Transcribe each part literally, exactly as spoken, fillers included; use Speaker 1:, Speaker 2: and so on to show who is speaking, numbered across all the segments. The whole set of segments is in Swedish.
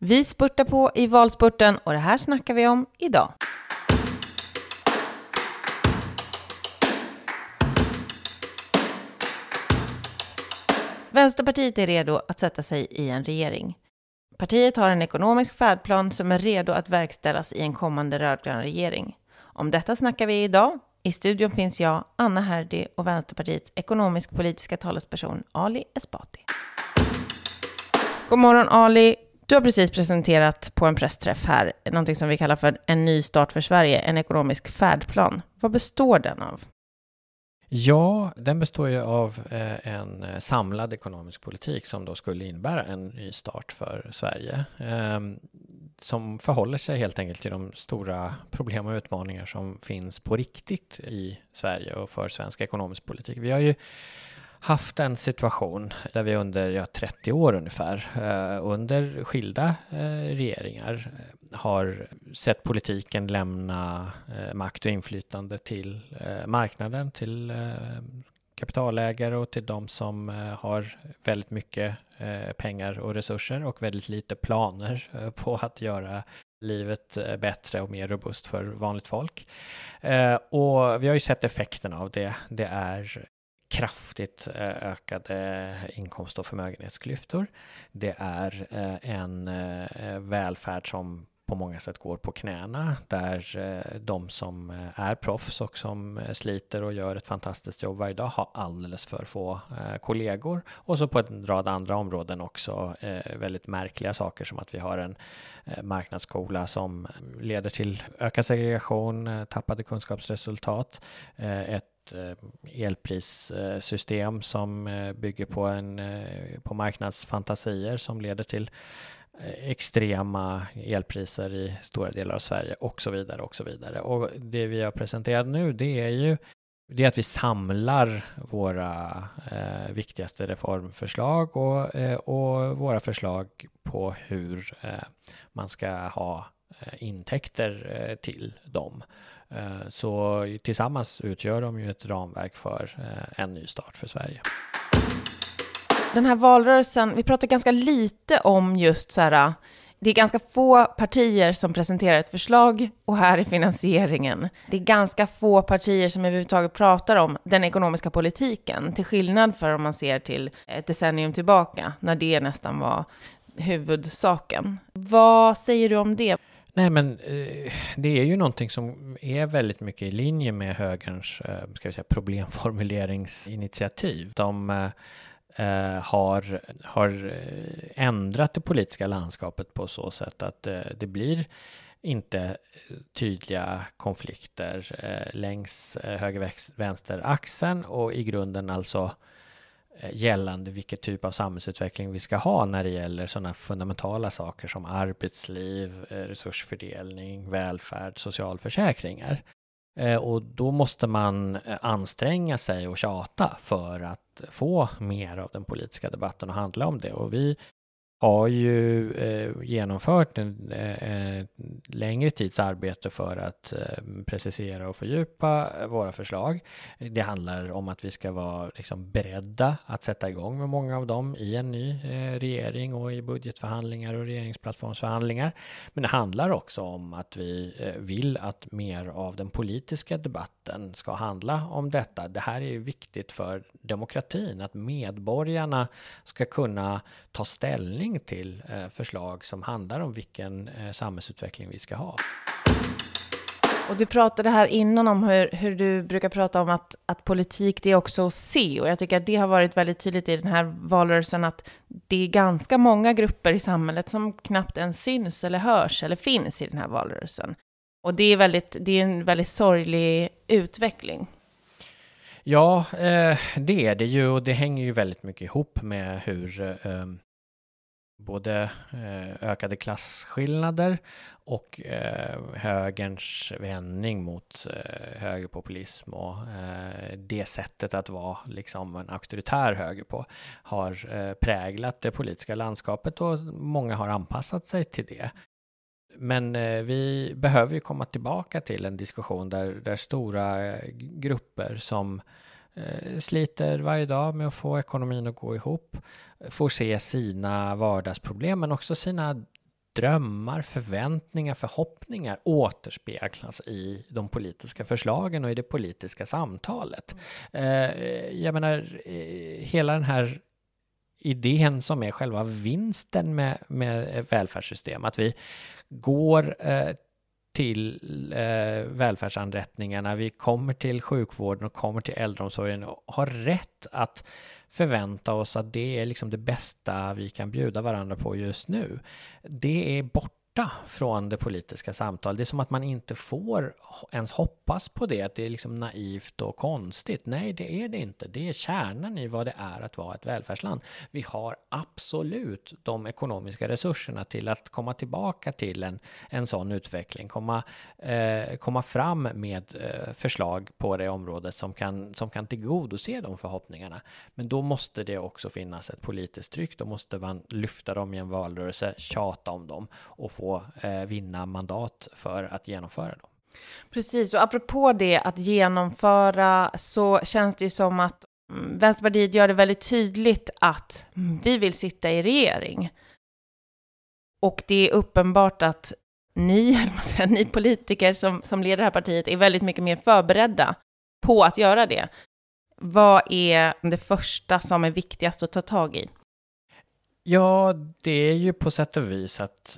Speaker 1: Vi spurtar på i valspurten och det här snackar vi om idag. Vänsterpartiet är redo att sätta sig i en regering. Partiet har en ekonomisk färdplan som är redo att verkställas i en kommande rödgrön regering. Om detta snackar vi idag. I studion finns jag, Anna Herdy, och Vänsterpartiets ekonomisk-politiska talesperson Ali Esbati. God morgon Ali. Du har precis presenterat på en pressträff här någonting som vi kallar för en ny start för Sverige, en ekonomisk färdplan. Vad består den av?
Speaker 2: Ja, den består ju av eh, en samlad ekonomisk politik som då skulle innebära en ny start för Sverige. Eh, som förhåller sig helt enkelt till de stora problem och utmaningar som finns på riktigt i Sverige och för svensk ekonomisk politik. Vi har ju haft en situation där vi under ja, trettio år ungefär, eh, under skilda eh, regeringar eh, har sett politiken lämna eh, makt och inflytande till eh, marknaden, till eh, kapitalägare och till de som eh, har väldigt mycket eh, pengar och resurser och väldigt lite planer eh, på att göra livet eh, bättre och mer robust för vanligt folk. Eh, och vi har ju sett effekten av det. Det är kraftigt ökade inkomst- och förmögenhetsklyftor. Det är en välfärd som på många sätt går på knäna, där de som är proffs och som sliter och gör ett fantastiskt jobb varje dag har alldeles för få kollegor. Och så på en rad andra områden också väldigt märkliga saker, som att vi har en marknadsskola som leder till ökad segregation, tappade kunskapsresultat, ett elprissystem som bygger på, en, på marknadsfantasier som leder till extrema elpriser i stora delar av Sverige och så vidare och så vidare. Och det vi har presenterat nu, det är ju det är att vi samlar våra eh, viktigaste reformförslag och, eh, och våra förslag på hur eh, man ska ha eh, intäkter eh, till dem. Så tillsammans utgör de ju ett ramverk för en ny start för Sverige.
Speaker 1: Den här valrörelsen, vi pratar ganska lite om just så här, det är ganska få partier som presenterar ett förslag och här är finansieringen. Det är ganska få partier som överhuvudtaget pratar om den ekonomiska politiken, till skillnad för om man ser till ett decennium tillbaka när det nästan var huvudsaken. Vad säger du om det?
Speaker 2: Nej, men eh, det är ju någonting som är väldigt mycket i linje med högerns eh, ska vi säga, problemformuleringsinitiativ. De eh, har, har ändrat det politiska landskapet på så sätt att eh, det blir inte tydliga konflikter eh, längs eh, höger-vänster-axeln och i grunden alltså gällande vilket typ av samhällsutveckling vi ska ha när det gäller sådana fundamentala saker som arbetsliv, resursfördelning, välfärd, socialförsäkringar. Och då måste man anstränga sig och tjata för att få mer av den politiska debatten att handla om det. Och vi har ju eh, genomfört en eh, längre tids arbete för att eh, precisera och fördjupa våra förslag. Det handlar om att vi ska vara liksom, beredda att sätta igång med många av dem i en ny eh, regering och i budgetförhandlingar och regeringsplattformsförhandlingar. Men det handlar också om att vi eh, vill att mer av den politiska debatten ska handla om detta. Det här är ju viktigt för demokratin, att medborgarna ska kunna ta ställning till eh, förslag som handlar om vilken eh, samhällsutveckling vi ska ha.
Speaker 1: Och du pratade här innan om hur, hur du brukar prata om att, att politik det är också att se, och jag tycker att det har varit väldigt tydligt i den här valrörelsen att det är ganska många grupper i samhället som knappt ens syns eller hörs eller finns i den här valrörelsen. Och det är, väldigt, det är en väldigt sorglig utveckling.
Speaker 2: Ja, eh, det är det ju, och det hänger ju väldigt mycket ihop med hur eh, både eh, ökade klasskillnader och eh, högerns vändning mot eh, högerpopulism och eh, det sättet att vara liksom en auktoritär höger på har eh, präglat det politiska landskapet, och många har anpassat sig till det. Men eh, vi behöver ju komma tillbaka till en diskussion där, där stora grupper som eh, sliter varje dag med att få ekonomin att gå ihop får se sina vardagsproblem men också sina drömmar, förväntningar, förhoppningar återspeglas i de politiska förslagen och i det politiska samtalet. Eh, jag menar, hela den här idén som är själva vinsten med, med välfärdssystem, att vi går eh, till eh, välfärdsanrättningarna, vi kommer till sjukvården och kommer till äldreomsorgen och har rätt att förvänta oss att det är liksom det bästa vi kan bjuda varandra på just nu. Det är borta från det politiska samtalet. Det är som att man inte får ens hoppas på det, att det är liksom naivt och konstigt. Nej, det är det inte. Det är kärnan i vad det är att vara ett välfärdsland. Vi har absolut de ekonomiska resurserna till att komma tillbaka till en, en sån utveckling. Komma, eh, komma fram med eh, förslag på det området som kan, som kan tillgodose de förhoppningarna. Men då måste det också finnas ett politiskt tryck. Då måste man lyfta dem i en valrörelse, tjata om dem och få eh, vinna mandat för att genomföra dem.
Speaker 1: Precis, och apropå det att genomföra, så känns det ju som att Vänsterpartiet gör det väldigt tydligt att vi vill sitta i regering. Och det är uppenbart att ni, eller man säger, ni politiker som, som leder det här partiet är väldigt mycket mer förberedda på att göra det. Vad är det första som är viktigast att ta tag i?
Speaker 2: Ja, det är ju på sätt och vis att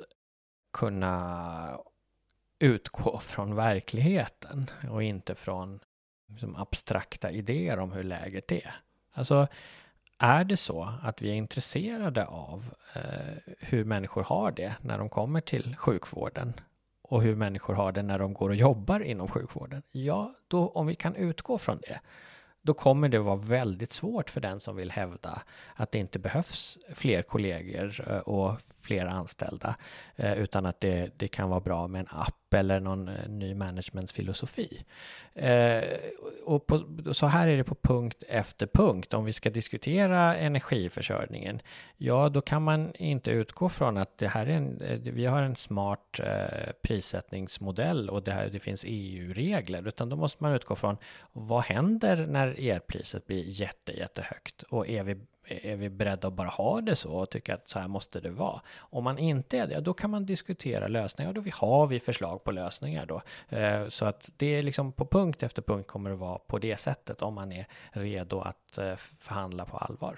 Speaker 2: kunna utgå från verkligheten och inte från liksom, abstrakta idéer om hur läget är. Alltså, är det så att vi är intresserade av eh, hur människor har det när de kommer till sjukvården och hur människor har det när de går och jobbar inom sjukvården? Ja, då, om vi kan utgå från det, då kommer det vara väldigt svårt för den som vill hävda att det inte behövs fler kollegor och fler anställda, utan att det, det kan vara bra med en app eller någon ny managementsfilosofi. Eh, och på, så här är det på punkt efter punkt. Om vi ska diskutera energiförsörjningen, ja, då kan man inte utgå från att det här är en, vi har en smart eh, prissättningsmodell och det, här, det finns E U-regler, utan då måste man utgå från vad händer när elpriset blir jätte, jättehögt, och är vi är vi beredda att bara ha det så och tycka att så här måste det vara. Om man inte är det, då kan man diskutera lösningar, och då vi har vi förslag på lösningar då. Eh, så att det är liksom på punkt efter punkt kommer det vara på det sättet om man är redo att eh, förhandla på allvar.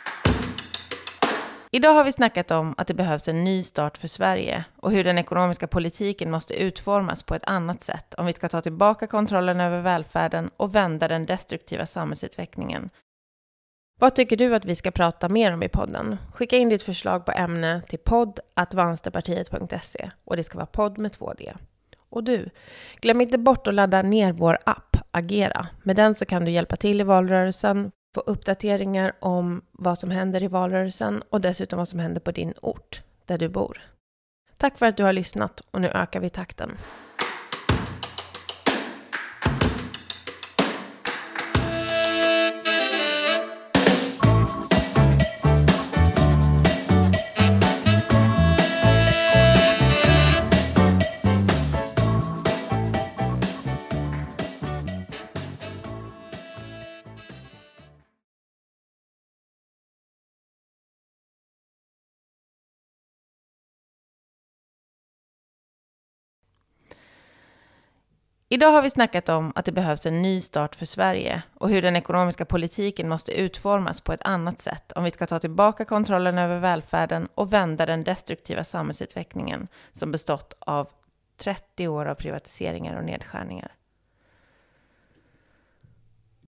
Speaker 1: Idag har vi snackat om att det behövs en ny start för Sverige och hur den ekonomiska politiken måste utformas på ett annat sätt om vi ska ta tillbaka kontrollen över välfärden och vända den destruktiva samhällsutvecklingen. Vad tycker du att vi ska prata mer om i podden? Skicka in ditt förslag på ämne till podd at vänsterpartiet punkt se, och det ska vara podd med två D. Och du, glöm inte bort att ladda ner vår app Agera. Med den så kan du hjälpa till i valrörelsen, få uppdateringar om vad som händer i valrörelsen och dessutom vad som händer på din ort där du bor. Tack för att du har lyssnat, och nu ökar vi takten. Idag har vi snackat om att det behövs en ny start för Sverige och hur den ekonomiska politiken måste utformas på ett annat sätt om vi ska ta tillbaka kontrollen över välfärden och vända den destruktiva samhällsutvecklingen som bestått av trettio år av privatiseringar och nedskärningar.